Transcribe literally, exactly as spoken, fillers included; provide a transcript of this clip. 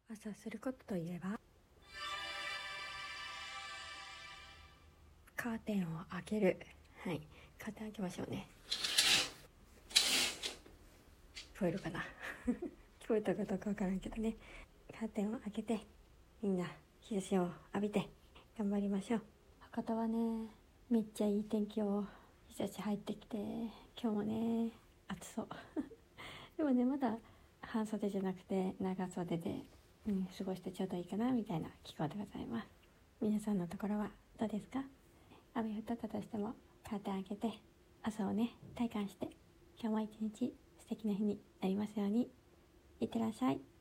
朝することといえば、カーテンを開ける。はい、カーテン開けましょうね。聞こえるかな聞こえたかどうかわからんけどね。カーテンを開けて、みんな日差しを浴びて頑張りましょう。博多はね、めっちゃいい天気を日差し入ってきて、今日もね暑そうでもね、まだ半袖じゃなくて長袖で、うん、過ごしてちょうどいいかなみたいな気候でございます。皆さんのところはどうですか？雨降ったとしてもカーテン開けて朝をね体感して、今日も一日素敵な日になりますように。いってらっしゃい。